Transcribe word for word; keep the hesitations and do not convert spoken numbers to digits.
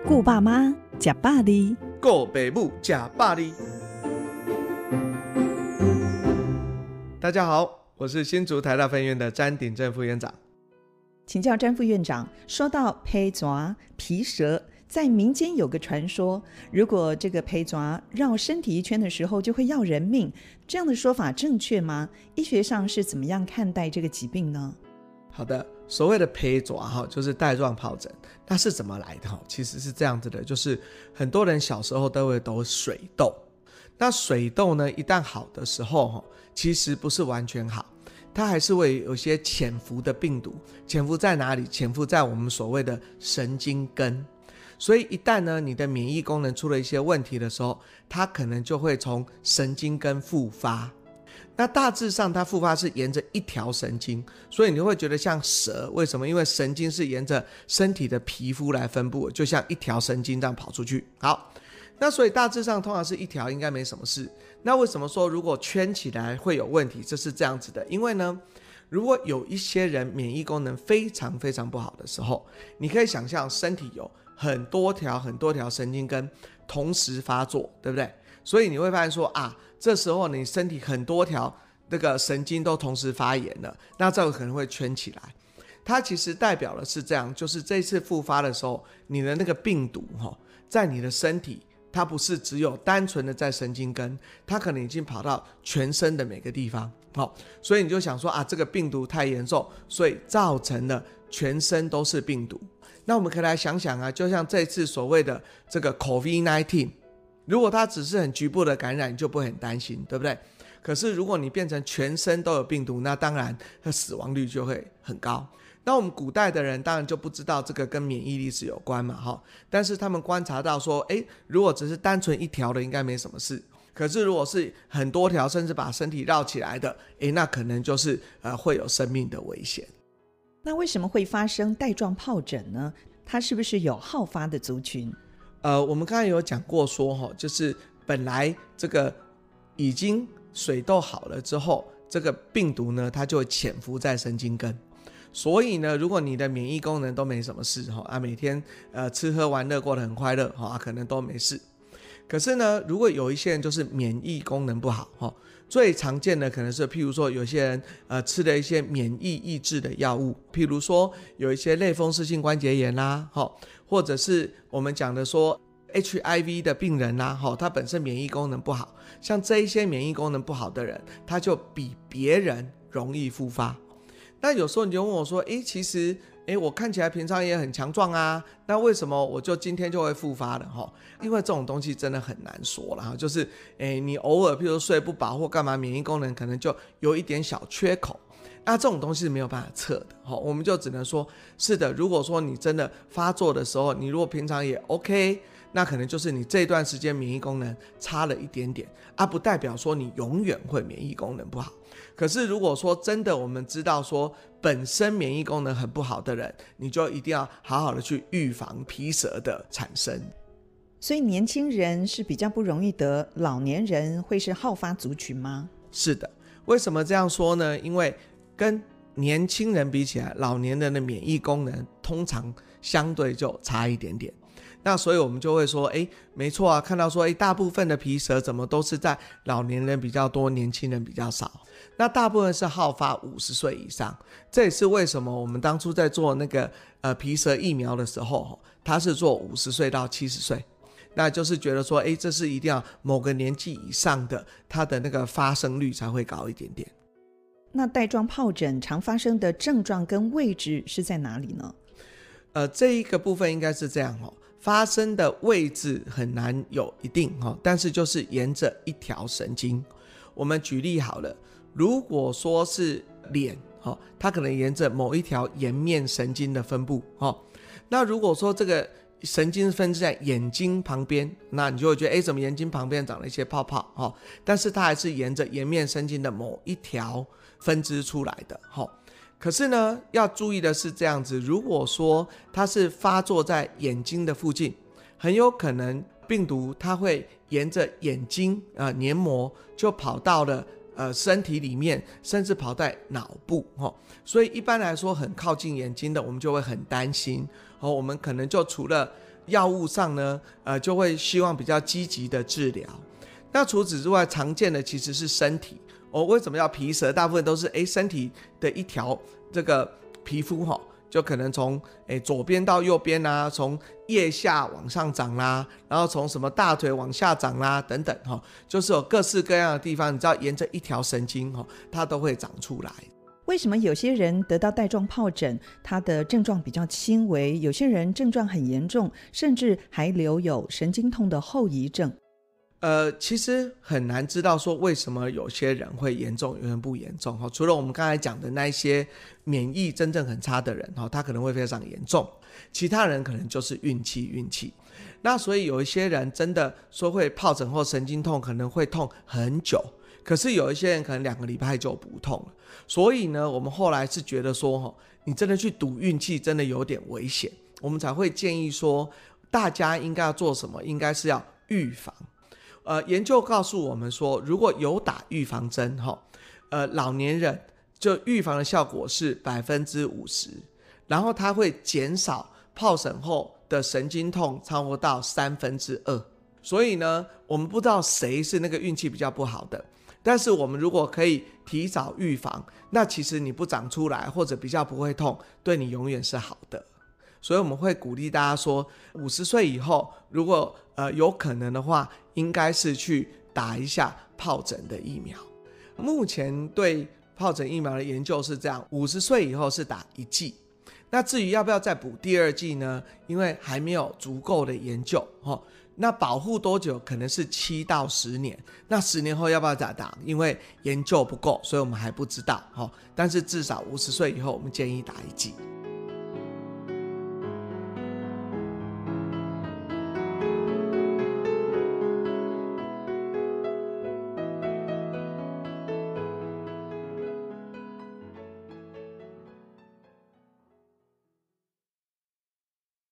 顾爸妈吃百里， 顾爸母吃百里。大家好，我是新竹台大分院的詹鼎正副院长。 请教詹副院长，说到皮蛇、皮蛇，在民间有个传说，如果这个皮蛇绕身体一圈的时候就会要人命，这样的说法正确吗？医学上是怎么样看待这个疾病呢？ 好的，所谓的皮蛇就是带状疱疹，那是怎么来的？其实是这样子的，就是很多人小时候都会得水痘，那水痘呢一旦好的时候其实不是完全好，它还是会有些潜伏的病毒，潜伏在哪里？潜伏在我们所谓的神经根，所以一旦呢你的免疫功能出了一些问题的时候，它可能就会从神经根复发。那大致上它复发是沿着一条神经，所以你会觉得像蛇，为什么？因为神经是沿着身体的皮肤来分布，就像一条神经这样跑出去。好，那所以大致上通常是一条，应该没什么事。那为什么说如果圈起来会有问题？这是这样子的，因为呢如果有一些人免疫功能非常非常不好的时候，你可以想象身体有很多条很多条神经根同时发作，对不对？所以你会发现说啊，这时候你身体很多条那个神经都同时发炎了，那这个可能会圈起来。它其实代表的是这样，就是这次复发的时候，你的那个病毒在你的身体，它不是只有单纯的在神经根，它可能已经跑到全身的每个地方。所以你就想说啊，这个病毒太严重，所以造成了全身都是病毒。那我们可以来想想啊，就像这次所谓的这个 COVID 十九， 如果它只是很局部的感染，你就不会很担心，对不对？可是如果你变成全身都有病毒，那当然它死亡率就会很高。那我们古代的人当然就不知道这个跟免疫力是有关嘛，但是他们观察到说，诶，如果只是单纯一条的应该没什么事，可是如果是很多条甚至把身体绕起来的，诶，那可能就是、呃、会有生命的危险。 那为什么会发生带状疱疹呢？它是不是有好发的族群？ 呃，我们刚才有讲过说，就是本来这个已经水痘好了之后，这个病毒呢它就会潜伏在神经根，所以呢如果你的免疫功能都没什么事、啊、每天、呃、吃喝玩乐过得很快乐、啊、可能都没事。可是呢如果有一些人就是免疫功能不好、哦、最常见的可能是譬如说有些人、呃、吃了一些免疫抑制的药物，譬如说有一些类风湿性关节炎啦、哦、或者是我们讲的说 H I V 的病人啦、哦、他本身免疫功能不好，像这一些免疫功能不好的人，他就比别人容易复发。那有时候你就问我说，诶，其实诶我看起来平常也很强壮啊，那为什么我就今天就会复发了？因为这种东西真的很难说啦，就是诶你偶尔譬如睡不饱或干嘛，免疫功能可能就有一点小缺口，那这种东西是没有办法测的，我们就只能说是的，如果说你真的发作的时候，你如果平常也 OK， 那可能就是你这段时间免疫功能差了一点点啊，不代表说你永远会免疫功能不好。可是如果说真的我们知道说本身免疫功能很不好的人，你就一定要好好的去预防皮蛇的产生。 所以年轻人是比较不容易得，老年人会是好发族群吗？ 是的。为什么这样说呢？因为跟年轻人比起来，老年人的免疫功能通常相对就差一点点。那所以我们就会说，诶，没错啊，看到说，诶，大部分的皮蛇怎么都是在老年人比较多，年轻人比较少。那大部分是好发五十岁以上，这也是为什么我们当初在做那个呃皮蛇疫苗的时候，它是做五十岁到七十岁，那就是觉得说，诶，这是一定要某个年纪以上的，它的那个发生率才会高一点点。 那带状疱疹常发生的症状跟位置是在哪里呢？ 呃，这一个部分应该是这样哦，发生的位置很难有一定、哦、但是就是沿着一条神经。我们举例好了，如果说是脸、哦、它可能沿着某一条颜面神经的分布、哦、那如果说这个神经分支在眼睛旁边，那你就会觉得诶，怎么眼睛旁边长了一些泡泡、哦、但是它还是沿着颜面神经的某一条分支出来的、哦、可是呢要注意的是这样子，如果说它是发作在眼睛的附近，很有可能病毒它会沿着眼睛、呃、黏膜就跑到了呃身体里面，甚至跑在脑部、哦、所以一般来说很靠近眼睛的我们就会很担心、哦、我们可能就除了药物上呢，呃，就会希望比较积极的治疗。那除此之外，常见的其实是身体。哦，为什么要皮蛇？大部分都是哎身体的一条这个皮肤哈、哦，就可能从哎左边到右边啊，从腋下往上长啦，然后从什么大腿往下长啦等等哈、哦，就是有各式各样的地方，你知道沿着一条神经哈、哦，它都会长出来。 为什么有些人得到带状疱疹，它的症状比较轻微，有些人症状很严重，甚至还留有神经痛的后遗症？ 呃，其实很难知道说为什么有些人会严重，有些人不严重。除了我们刚才讲的那一些免疫真正很差的人，他可能会非常严重，其他人可能就是运气运气。那所以有一些人真的说会疱疹或神经痛，可能会痛很久，可是有一些人可能两个礼拜就不痛了。所以呢，我们后来是觉得说，你真的去赌运气真的有点危险，我们才会建议说，大家应该要做什么？应该是要预防。呃，研究告诉我们说，如果有打预防针，呃，老年人就预防的效果是百分之五十，然后它会减少疱疹后的神经痛超过到三分之二。所以呢，我们不知道谁是那个运气比较不好的，但是我们如果可以提早预防，那其实你不长出来或者比较不会痛，对你永远是好的。所以我们会鼓励大家说，五十岁以后，如果呃有可能的话，应该是去打一下疱疹的疫苗。目前对疱疹疫苗的研究是这样，五十岁以后是打一剂。那至于要不要再补第二剂呢？因为还没有足够的研究、哦、那保护多久？可能是七到十年。那十年后要不要再打？因为研究不够，所以我们还不知道、哦、但是至少五十岁以后，我们建议打一剂。